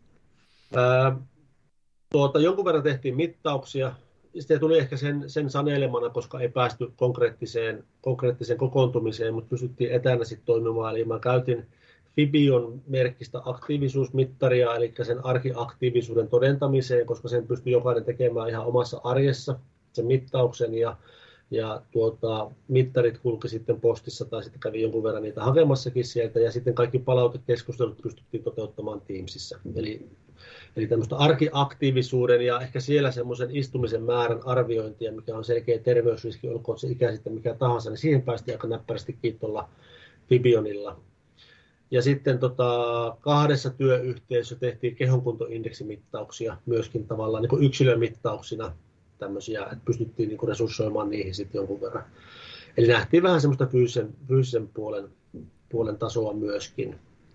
Jonkun verran tehtiin mittauksia. Sitten tuli ehkä sen sanelemana, koska ei päästy konkreettiseen kokoontumiseen, mutta pystyttiin etänä sitten toimimaan. Eli mä käytin Fibion merkkistä aktiivisuusmittaria, eli sen arkiaktiivisuuden todentamiseen, koska sen pystyy jokainen tekemään ihan omassa arjessa sen mittauksen, ja mittarit kulki sitten postissa tai sitten kävi jonkun verran niitä hakemassakin sieltä, ja sitten kaikki palautekeskustelut pystyttiin toteuttamaan Teamsissa. Eli tämmöistä arkiaktiivisuuden ja ehkä siellä semmoisen istumisen määrän arviointia, mikä on selkeä terveysriski, olkoon se ikä sitten mikä tahansa, niin siihen päästiin aika näppärästi tuolla Fibionilla. Ja sitten 2 työyhteisössä tehtiin kehonkuntoindeksimittauksia myöskin tavallaan niin kuin yksilömittauksina tämmöisiä, että pystyttiin niin kuin resurssoimaan niihin sitten jonkun verran. Eli nähtiin vähän semmoista fyysisen puolen tasoa myöskin.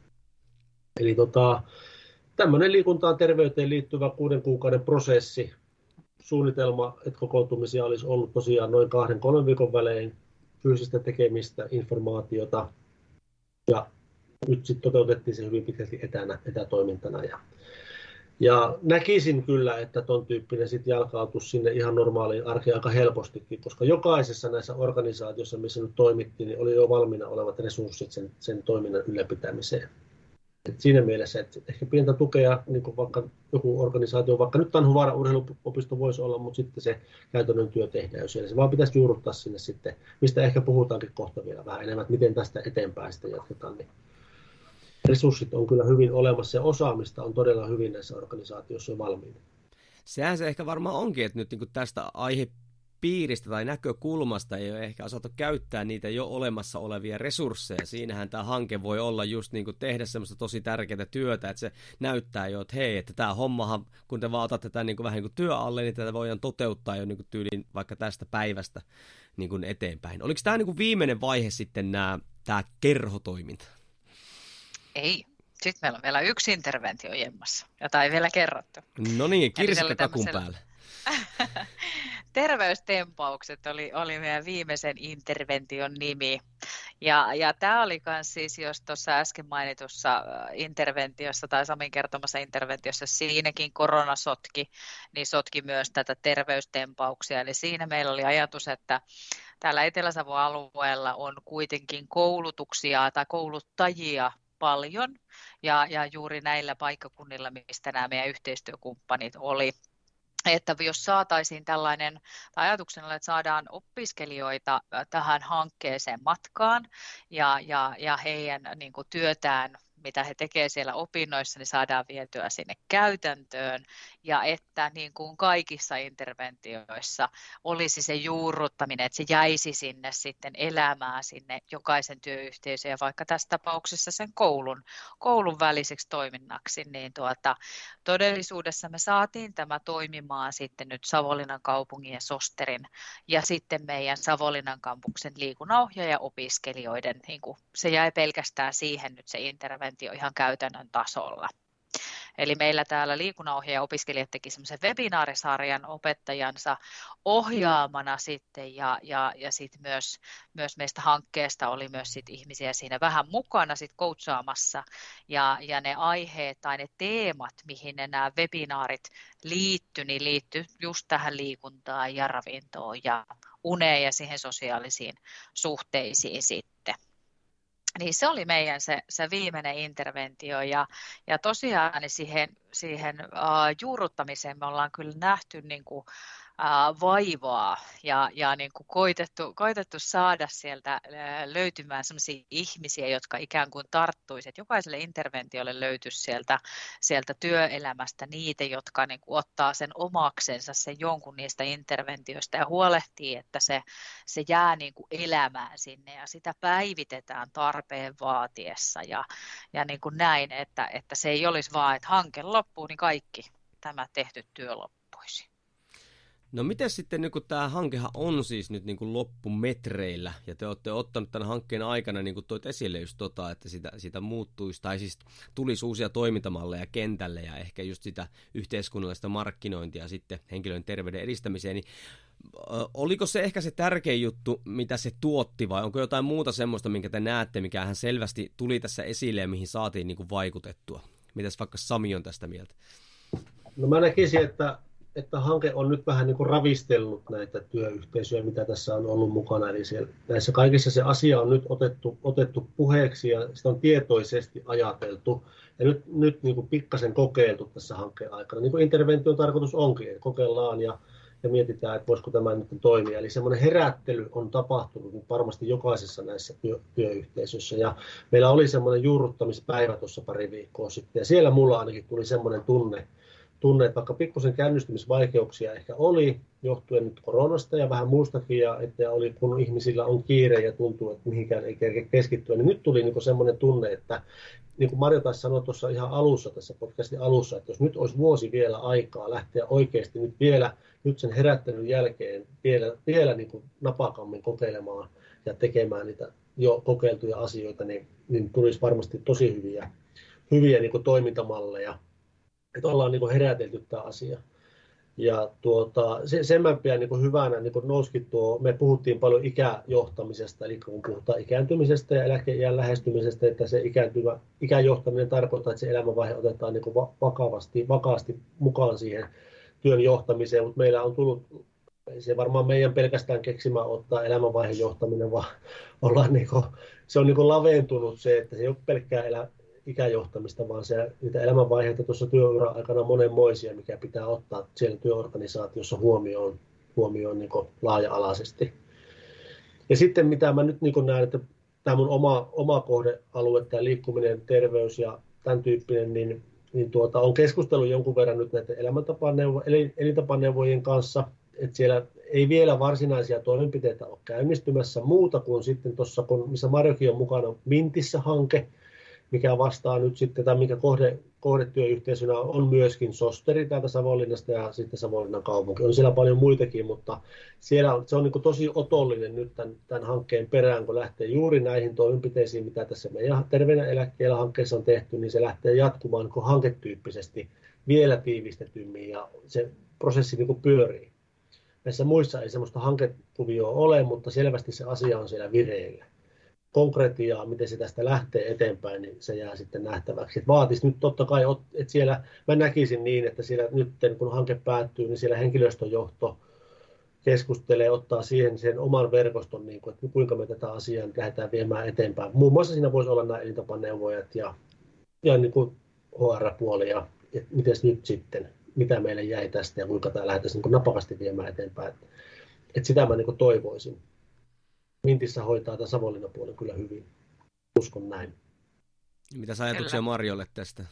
Eli tämmöinen liikuntaan terveyteen liittyvä 6 kuukauden prosessi, suunnitelma, että kokoontumisia olisi ollut tosiaan noin 2-3 viikon välein, fyysistä tekemistä, informaatiota, ja nyt sitten toteutettiin se hyvin pitkälti etätoimintana. Ja näkisin kyllä, että ton tyyppinen sitten jalkautuisi sinne ihan normaaliin arkeen aika helpostikin, koska jokaisessa näissä organisaatioissa, missä nyt toimittiin, niin oli jo valmiina olevat resurssit sen toiminnan ylläpitämiseen. Et siinä mielessä, että ehkä pientä tukea, niin kuin vaikka joku organisaatio, vaikka nyt Tanhuvaara urheiluopisto voisi olla, mutta sitten se käytännön työ tehdään jo siellä. Se vaan pitäisi juurruttaa sinne sitten, mistä ehkä puhutaankin kohta vielä vähän enemmän, että miten tästä eteenpäin sitten jatketaan. Niin resurssit on kyllä hyvin olemassa ja osaamista on todella hyvin näissä organisaatioissa jo valmiina. Sehän se ehkä varmaan onkin, että nyt niin kuin tästä aihepiiristä tai näkökulmasta ei ole ehkä osattu käyttää niitä jo olemassa olevia resursseja. Siinähän tämä hanke voi olla just niin kuin tehdä semmoista tosi tärkeää työtä, että se näyttää jo, että hei, että tämä hommahan, kun te vaan otatte tämän niin kuin vähän niin kuin työ alle, niin tätä voidaan toteuttaa jo niin kuin tyyliin vaikka tästä päivästä niin kuin eteenpäin. Oliko tämä niin kuin viimeinen vaihe sitten tämä kerhotoiminta? Ei. Sitten meillä on vielä yksi interventio jemmassa, jota ei vielä kerrottu. No niin, kirsikka kakun päälle. Terveystempaukset oli meidän viimeisen intervention nimi. Ja tämä oli myös siis, jos tuossa äsken mainitussa interventiossa tai Samin kertomassa interventiossa siinäkin korona sotki myös tätä terveystempauksia. Eli siinä meillä oli ajatus, että täällä Etelä-Savon alueella on kuitenkin koulutuksia tai kouluttajia paljon ja juuri näillä paikkakunnilla, mistä nämä meidän yhteistyökumppanit oli. Että jos saataisiin tällainen, tai ajatuksena, että saadaan opiskelijoita tähän hankkeeseen matkaan ja heidän niin kuin työtään, mitä he tekevät siellä opinnoissa, niin saadaan vietyä sinne käytäntöön ja että niin kuin kaikissa interventioissa olisi se juurruttaminen, että se jäisi sinne sitten elämään sinne jokaisen työyhteisön ja vaikka tässä tapauksessa sen koulun väliseksi toiminnaksi, niin todellisuudessa me saatiin tämä toimimaan sitten nyt Savonlinnan kaupungin ja Sosterin ja sitten meidän Savonlinnan kampuksen liikunnanohjaaja-opiskelijoiden, niin kuin se jäi pelkästään siihen nyt se interventio ihan käytännön tasolla. Eli meillä täällä liikunnanohjaaja-opiskelijat teki semmoisen webinaarisarjan opettajansa ohjaamana sitten ja sitten myös meistä hankkeesta oli myös sit ihmisiä siinä vähän mukana sit coachaamassa ja ne aiheet tai ne teemat, mihin nämä webinaarit liittyi just tähän liikuntaan ja ravintoon ja uneen ja siihen sosiaalisiin suhteisiin sitten. Niin se oli meidän se viimeinen interventio ja tosiaan niin siihen juurruttamiseen me ollaan kyllä nähty niin kuin, vaivaa ja niin kuin koitettu saada sieltä löytymään sellaisia ihmisiä, jotka ikään kuin tarttuisivat, että jokaiselle interventiolle löytyisi sieltä työelämästä niitä, jotka niin kuin ottaa sen omaksensa sen jonkun niistä interventioista ja huolehtii, että se jää niin kuin elämään sinne ja sitä päivitetään tarpeen vaatiessa ja niin kuin näin, että se ei olisi vaan, että hanke loppuu, niin kaikki tämä tehty työ loppuisi. No miten sitten, niin kun tämä hankehan on siis nyt niin kuin loppumetreillä, ja te olette ottanut tämän hankkeen aikana, niin kuin toit esille just että sitä muuttuisi, tai siis tulisi uusia toimintamalleja kentälle, ja ehkä just sitä yhteiskunnallista markkinointia sitten henkilön terveyden edistämiseen, niin oliko se ehkä se tärkein juttu, mitä se tuotti, vai onko jotain muuta semmoista, minkä te näette, mikä hän selvästi tuli tässä esille, ja mihin saatiin niin kuin vaikutettua? Mitäs vaikka Sami on tästä mieltä? No mä näkisin, että hanke on nyt vähän niin kuin ravistellut näitä työyhteisöjä, mitä tässä on ollut mukana. Eli näissä kaikissa se asia on nyt otettu puheeksi ja sitä on tietoisesti ajateltu. Ja nyt niin kuin pikkasen kokeiltu tässä hankkeen aikana. Niin kuin intervention tarkoitus onkin, että kokeillaan ja mietitään, että voisiko tämä nyt toimia. Eli semmoinen herättely on tapahtunut nyt varmasti jokaisessa näissä työyhteisöissä. Ja meillä oli semmoinen juurruttamispäivä tuossa pari viikkoa sitten. Ja siellä mulla ainakin tuli semmoinen tunne, että vaikka pikkusen käynnistymisvaikeuksia ehkä oli, johtuen nyt koronasta ja vähän muustakin, ja että kun ihmisillä on kiire ja tuntuu, että mihinkään ei kerkeä keskittyä, niin nyt tuli niin semmoinen tunne, että niin kuin Marjo taisi sanoa tuossa ihan alussa, tässä podcastin alussa, että jos nyt olisi vuosi vielä aikaa lähteä oikeasti nyt sen herättelyn jälkeen vielä niin kuin napakammin kokeilemaan ja tekemään niitä jo kokeiltuja asioita, niin tulisi varmasti tosi hyviä niin kuin toimintamalleja. Että ollaan niin kuin herätelty tämä asia. Ja sen mä pidän niin kuin hyvänä niin kuin nousikin me puhuttiin paljon ikäjohtamisesta, eli kun puhutaan ikääntymisestä ja eläkeiän lähestymisestä, että se ikäjohtaminen tarkoittaa, että se elämänvaihe otetaan niin kuin vakaasti mukaan siihen työn johtamiseen, mutta meillä on tullut, se varmaan meidän pelkästään keksimä ottaa elämänvaiheen johtaminen, vaan se on niin kuin laventunut se, että se ei ole pelkkää ikäjohtamista, vaan niitä elämänvaiheita tuossa työuran aikana monenmoisia, mikä pitää ottaa siellä työorganisaatiossa huomioon niin laaja-alaisesti. Ja sitten mitä mä nyt niin näen, että tämä mun oma kohdealue, tämä liikkuminen, terveys ja tämän tyyppinen, niin on keskustellut jonkun verran nyt näiden elintapaneuvojien kanssa, että siellä ei vielä varsinaisia toimenpiteitä ole käynnistymässä muuta kuin sitten tuossa, missä Marjokin on mukana, Mintissä-hanke, mikä vastaa nyt sitten, tai mikä kohdetyöyhteisönä on myöskin Sosteri täältä Savonlinnasta ja sitten Savonlinnan kaupunki. On siellä paljon muitakin, mutta se on niin kuin tosi otollinen nyt tämän hankkeen perään, kun lähtee juuri näihin toimenpiteisiin, mitä tässä meidän Terveenä eläkkeellä hankkeessa on tehty, niin se lähtee jatkumaan niin hanketyyppisesti vielä tiivistetymmin ja se prosessi niin kuin pyörii. Näissä muissa ei sellaista hankekuvioa ole, mutta selvästi se asia on siellä vireillä. Konkretiaa, miten se tästä lähtee eteenpäin, niin se jää sitten nähtäväksi. Et vaatisi nyt totta kai, että siellä, mä näkisin niin, että siellä nyt kun hanke päättyy, niin siellä henkilöstöjohto keskustelee, ottaa siihen sen oman verkoston, niin kuin, että kuinka me tätä asiaa lähdetään viemään eteenpäin. Muun muassa siinä voisi olla nämä elintapaneuvojat ja niin kuin HR-puoli ja miten nyt sitten, mitä meille jäi tästä ja kuinka tämä lähdetään niin napakasti viemään eteenpäin. Et sitä mä niin kuin toivoisin. Mintissä hoitaa tämän Savonlinnan puolen kyllä hyvin. Uskon näin. Mitä ajatuksia Marjolle tästä?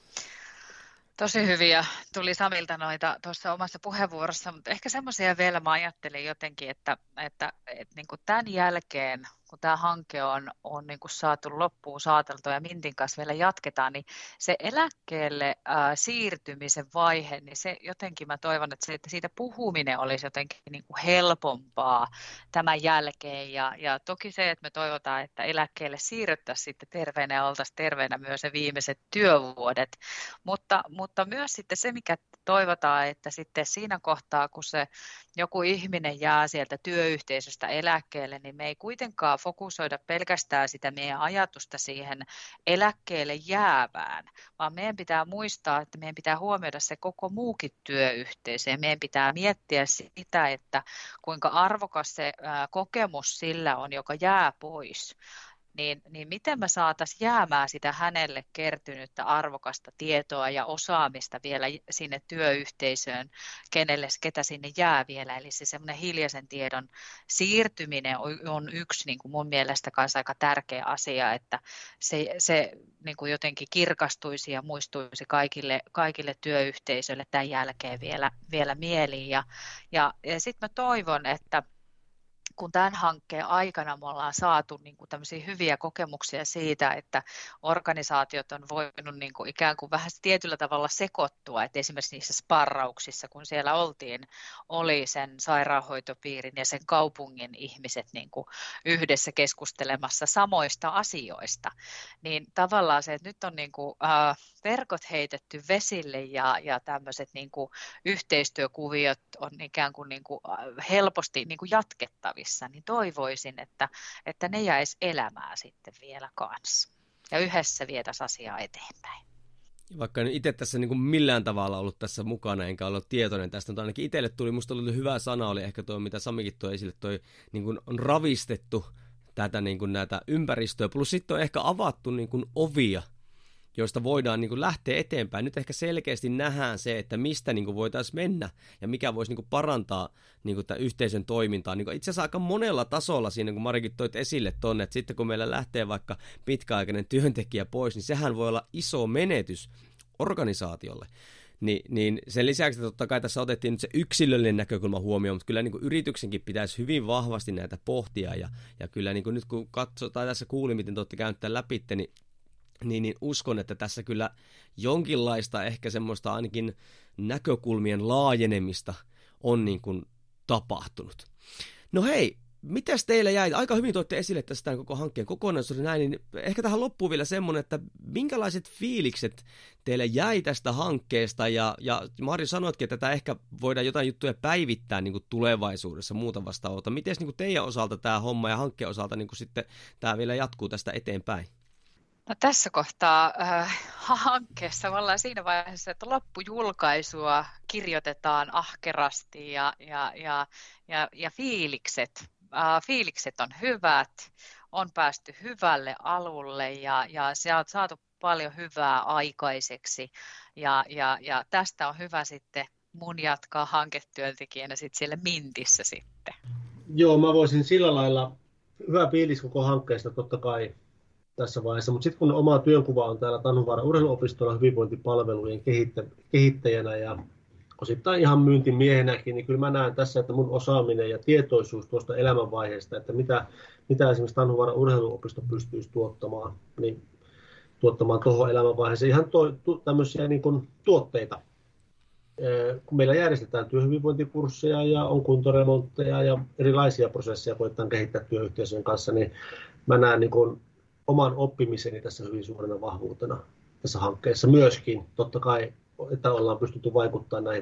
Tosi hyviä tuli Samilta noita tuossa omassa puheenvuorossa, mutta ehkä semmoisia vielä mä ajattelin jotenkin, että niin kuin tämän jälkeen, kun tämä hanke on niin kuin saatu loppuun saateltua ja Mintin kanssa vielä jatketaan, niin se eläkkeelle siirtymisen vaihe, niin se jotenkin mä toivon, että siitä puhuminen olisi jotenkin niin kuin helpompaa tämän jälkeen. Ja toki se, että me toivotaan, että eläkkeelle siirryttäisiin sitten terveenä ja oltaisiin terveenä myös ne viimeiset työvuodet, mutta myös sitten se, mikä toivotaan, että sitten siinä kohtaa, kun se joku ihminen jää sieltä työyhteisöstä eläkkeelle, niin me ei kuitenkaan fokusoida pelkästään sitä meidän ajatusta siihen eläkkeelle jäävään, vaan meidän pitää muistaa, että meidän pitää huomioida se koko muukin työyhteisö ja meidän pitää miettiä sitä, että kuinka arvokas se kokemus sillä on, joka jää pois. niin miten me saataisiin jäämään sitä hänelle kertynyttä arvokasta tietoa ja osaamista vielä sinne työyhteisöön, ketä sinne jää vielä. Eli se semmoinen hiljaisen tiedon siirtyminen on yksi niin kuin mun mielestä kanssa aika tärkeä asia, että se niin kuin jotenkin kirkastuisi ja muistuisi kaikille työyhteisöille tämän jälkeen vielä mieliin. Ja sitten mä toivon, että kun tämän hankkeen aikana me ollaan saatu niin kuin tämmöisiä hyviä kokemuksia siitä, että organisaatiot on voinut niin kuin ikään kuin vähän tietyllä tavalla sekoittua, että esimerkiksi niissä sparrauksissa, kun siellä oli sen sairaanhoitopiirin ja sen kaupungin ihmiset niin kuin yhdessä keskustelemassa samoista asioista, niin tavallaan se, että nyt on niin kuin, verkot heitetty vesille ja tämmöiset niin kuin yhteistyökuviot on ikään kuin helposti niin kuin jatkettavissa, niin toivoisin, että ne jäisi elämään sitten vielä kanssa. Ja yhdessä vietäisiin asiaa eteenpäin. Vaikka en itse tässä niin kuin millään tavalla ollut tässä mukana, enkä ollut tietoinen tästä, mutta ainakin itselle tuli, musta oli hyvä sana, oli ehkä tuo, mitä Samikin toi esille, toi niin kuin on ravistettu tätä niin kuin näitä ympäristöä, plus sitten on ehkä avattu niin kuin ovia, joista voidaan niin kuin lähteä eteenpäin. Nyt ehkä selkeästi nähdään se, että mistä niin kuin voitaisiin mennä ja mikä voisi niin kuin parantaa niin kuin tämän yhteisön toimintaa. Niin kuin itse asiassa aika monella tasolla siinä, kun Marikin toit esille tuonne, että sitten kun meillä lähtee vaikka pitkäaikainen työntekijä pois, niin sehän voi olla iso menetys organisaatiolle. Niin sen lisäksi, että totta kai tässä otettiin nyt se yksilöllinen näkökulma huomioon, mutta kyllä niin kuin yrityksenkin pitäisi hyvin vahvasti näitä pohtia. Ja kyllä niin kuin nyt kun katsotaan tässä kuuli, miten te olette käynyt tämän läpi, niin uskon, että tässä kyllä jonkinlaista ehkä semmoista ainakin näkökulmien laajenemista on niin kuin tapahtunut. No hei, mitäs teillä jäi? Aika hyvin toitte esille tästä koko hankkeen kokonaisuuden näin, niin ehkä tähän loppuu vielä semmoinen, että minkälaiset fiilikset teille jäi tästä hankkeesta, ja Marjo sanoitkin, että tätä ehkä voidaan jotain juttuja päivittää niin kuin tulevaisuudessa, muuta vastaavaa. Miten niin kuin teidän osalta tämä homma ja hankkeen osalta niin kuin sitten tämä vielä jatkuu tästä eteenpäin? No tässä kohtaa hankkeessa me ollaan siinä vaiheessa, että loppujulkaisua kirjoitetaan ahkerasti ja fiilikset on hyvät, on päästy hyvälle alulle ja se on saatu paljon hyvää aikaiseksi ja tästä on hyvä sitten mun jatkaa hanketyöntekijänä sitten siellä Mintissä sitten. Joo, mä voisin sillä lailla, hyvä fiilis koko hankkeesta totta kai tässä vaiheessa, mutta sitten kun oma työnkuva on täällä Tanhuvaaran urheiluopistolla hyvinvointipalvelujen kehittäjänä ja osittain ihan myyntimiehenäkin, niin kyllä mä näen tässä, että mun osaaminen ja tietoisuus tuosta elämänvaiheesta, että mitä esimerkiksi Tanhuvaaran urheiluopisto pystyisi tuottamaan tuohon elämänvaiheeseen ihan tämmöisiä niin kuin tuotteita. Kun meillä järjestetään työhyvinvointikursseja ja on kuntoremontteja ja erilaisia prosesseja koetaan kehittää työyhteisöjen kanssa, niin mä näen niin kuin oman oppimiseni tässä hyvin suurena vahvuutena tässä hankkeessa myöskin. Totta kai, että ollaan pystytty vaikuttamaan näihin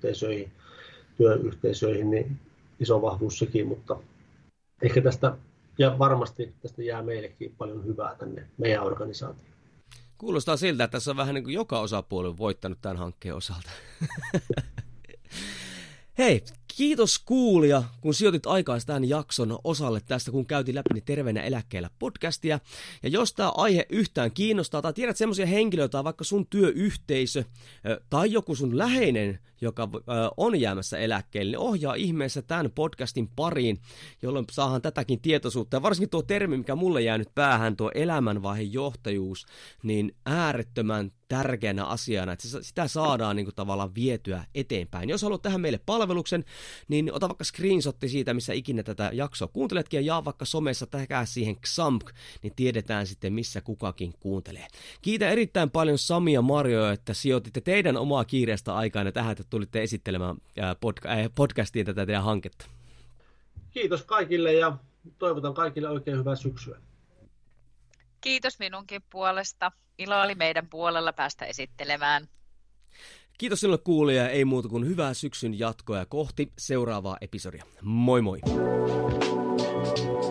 työyhteisöihin, niin iso vahvuus sekin, mutta ehkä tästä, ja varmasti tästä jää meillekin paljon hyvää tänne meidän organisaatioon. Kuulostaa siltä, että tässä on vähän niin kuin joka osapuoli voittanut tämän hankkeen osalta. Hei, kiitos kuulija, kun sijoitit aikaa tämän jakson osalle tästä, kun käytiin läpi Terveenä eläkkeellä podcastia. Ja jos tämä aihe yhtään kiinnostaa, tai tiedät semmoisia henkilöitä, vaikka sun työyhteisö tai joku sun läheinen, joka on jäämässä eläkkeelle, niin ohjaa ihmeessä tämän podcastin pariin, jolloin saadaan tätäkin tietoisuutta. Ja varsinkin tuo termi, mikä mulle jäänyt päähän, tuo elämänvaihejohtajuus, niin äärettömän tärkeänä asiana, että sitä saadaan niin kuin tavallaan vietyä eteenpäin. Jos haluat tehdä meille palveluksen, niin ota vaikka screenshotti siitä, missä ikinä tätä jaksoa kuunteletkin, ja jaa vaikka somessa, tähkää siihen XAMK, niin tiedetään sitten, missä kukakin kuuntelee. Kiitän erittäin paljon Sami ja Marjo, että sijoititte teidän omaa kiireestä aikaa ja tähän, että tulitte esittelemään podcastiin tätä teidän hanketta. Kiitos kaikille ja toivotan kaikille oikein hyvää syksyä. Kiitos minunkin puolesta. Ilo oli meidän puolella päästä esittelemään. Kiitos sinulle kuulija, ei muuta kuin hyvää syksyn jatkoa kohti seuraavaa episodia. Moi moi!